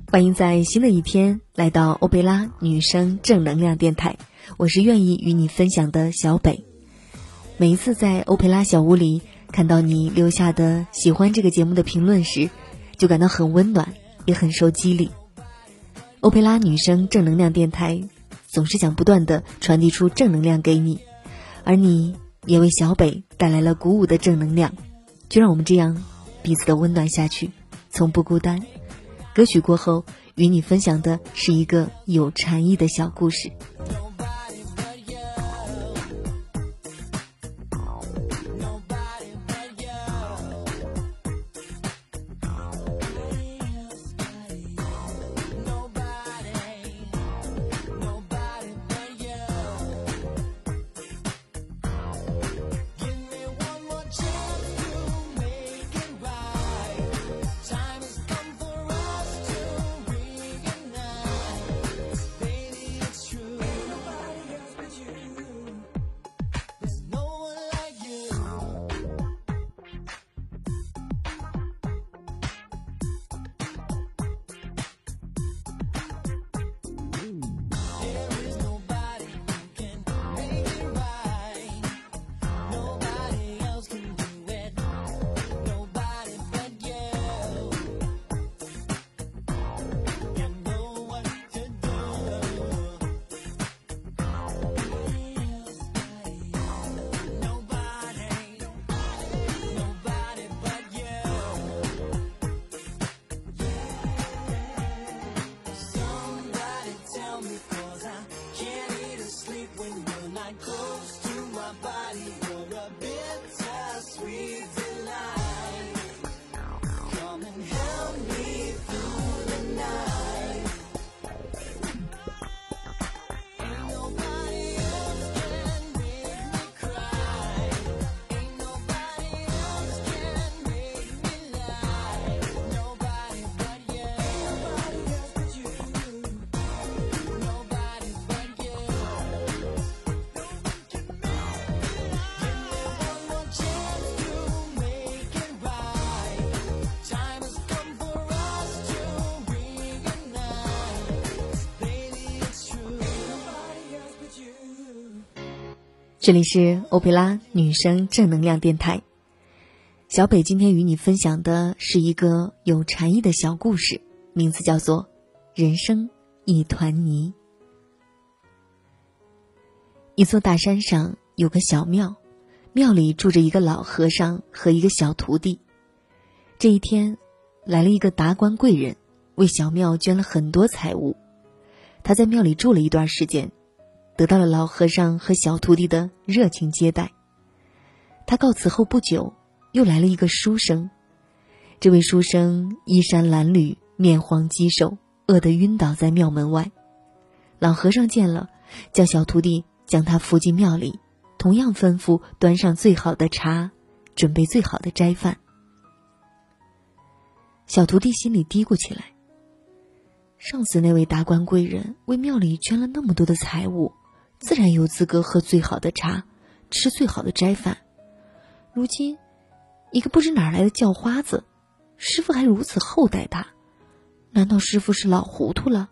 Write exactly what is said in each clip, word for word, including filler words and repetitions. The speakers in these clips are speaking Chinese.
欢迎在新的一天来到欧贝拉女生正能量电台，我是愿意与你分享的小北。每一次在欧佩拉小屋里看到你留下的喜欢这个节目的评论时，就感到很温暖，也很受激励。欧佩拉女生正能量电台总是想不断地传递出正能量给你，而你也为小北带来了鼓舞的正能量，就让我们这样彼此的温暖下去，从不孤单。歌曲过后，与你分享的是一个有禅意的小故事。这里是欧佩拉女生正能量电台，小北今天与你分享的是一个有禅意的小故事，名字叫做人生一团泥。一座大山上有个小庙，庙里住着一个老和尚和一个小徒弟。这一天来了一个达官贵人，为小庙捐了很多财物。他在庙里住了一段时间，得到了老和尚和小徒弟的热情接待。他告辞后不久，又来了一个书生。这位书生衣衫褴褛，面黄肌瘦，饿得晕倒在庙门外。老和尚见了，叫小徒弟将他扶进庙里，同样吩咐端上最好的茶，准备最好的斋饭。小徒弟心里嘀咕起来，上次那位达官贵人为庙里捐了那么多的财物，自然有资格喝最好的茶，吃最好的斋饭。如今一个不知哪来的叫花子，师父还如此厚待他，难道师父是老糊涂了？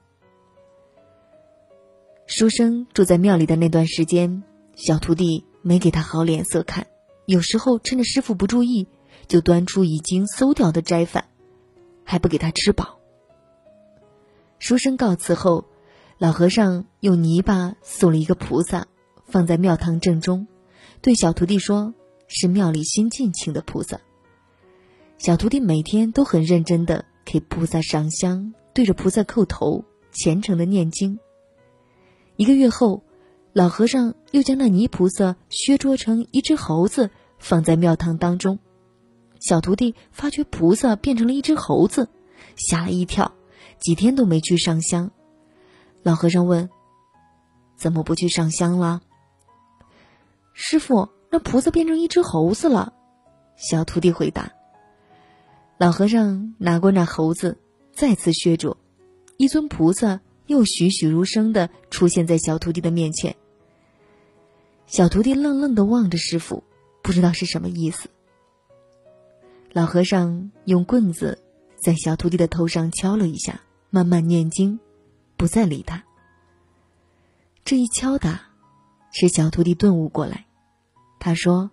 书生住在庙里的那段时间，小徒弟没给他好脸色看，有时候趁着师父不注意，就端出已经馊掉的斋饭，还不给他吃饱。书生告辞后，老和尚用泥巴塑了一个菩萨，放在庙堂正中，对小徒弟说，是庙里新进请的菩萨。小徒弟每天都很认真地给菩萨上香，对着菩萨叩头，虔诚地念经。一个月后，老和尚又将那泥菩萨削琢成一只猴子，放在庙堂当中。小徒弟发觉菩萨变成了一只猴子，吓了一跳，几天都没去上香。老和尚问，怎么不去上香了？师父，那菩萨变成一只猴子了。小徒弟回答。老和尚拿过那猴子，再次削琢，一尊菩萨又栩栩如生地出现在小徒弟的面前。小徒弟愣愣地望着师父，不知道是什么意思。老和尚用棍子在小徒弟的头上敲了一下， 慢慢念经，不再理他。这一敲打使小徒弟顿悟过来，他说：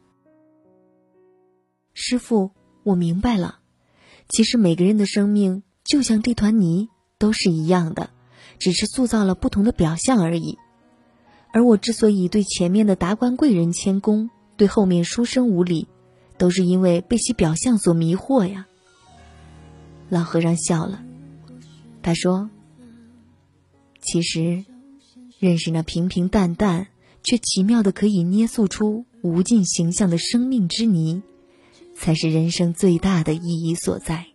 师父，我明白了，其实每个人的生命就像这团泥，都是一样的，只是塑造了不同的表象而已。而我之所以对前面的达官贵人谦恭，对后面书生无礼，都是因为被其表象所迷惑呀。老和尚笑了，他说：其实认识那平平淡淡却奇妙的可以捏塑出无尽形象的生命之泥，才是人生最大的意义所在。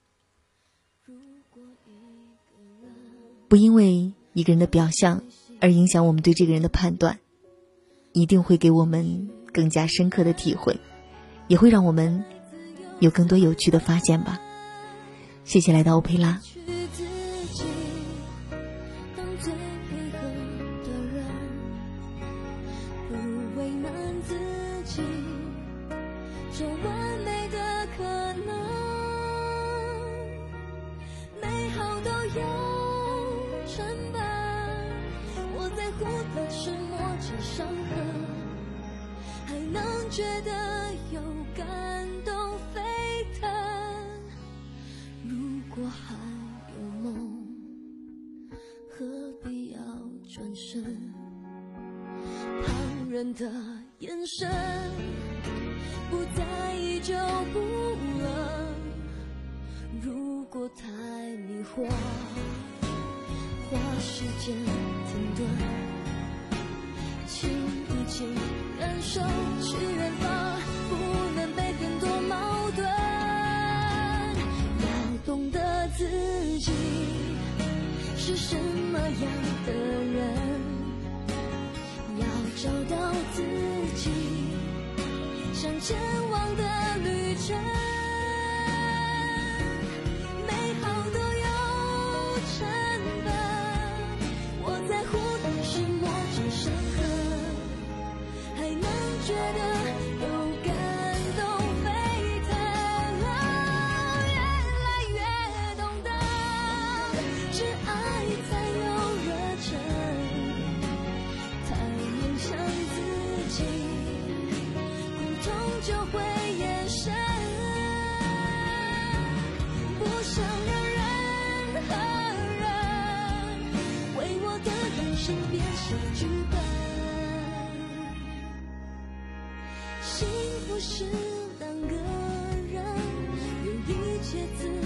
不因为一个人的表象而影响我们对这个人的判断，一定会给我们更加深刻的体会，也会让我们有更多有趣的发现吧。谢谢来到欧佩拉。 觉得有感动沸腾，如果还有梦，何必要转身？旁人的眼神不在意就不了，如果太迷惑，花时间停顿，请一起感受去远方，不能被更多矛盾。要懂得自己是什么样的人，要找到自己想前往的旅程。美好都有成本，我在乎的是墨汁伤痕，还能觉得有感动沸腾，越来越懂得是爱才有热忱，太勉强自己，苦痛就会延伸，不想让人和人为我的人生编写剧本。幸福是两个人，有一切自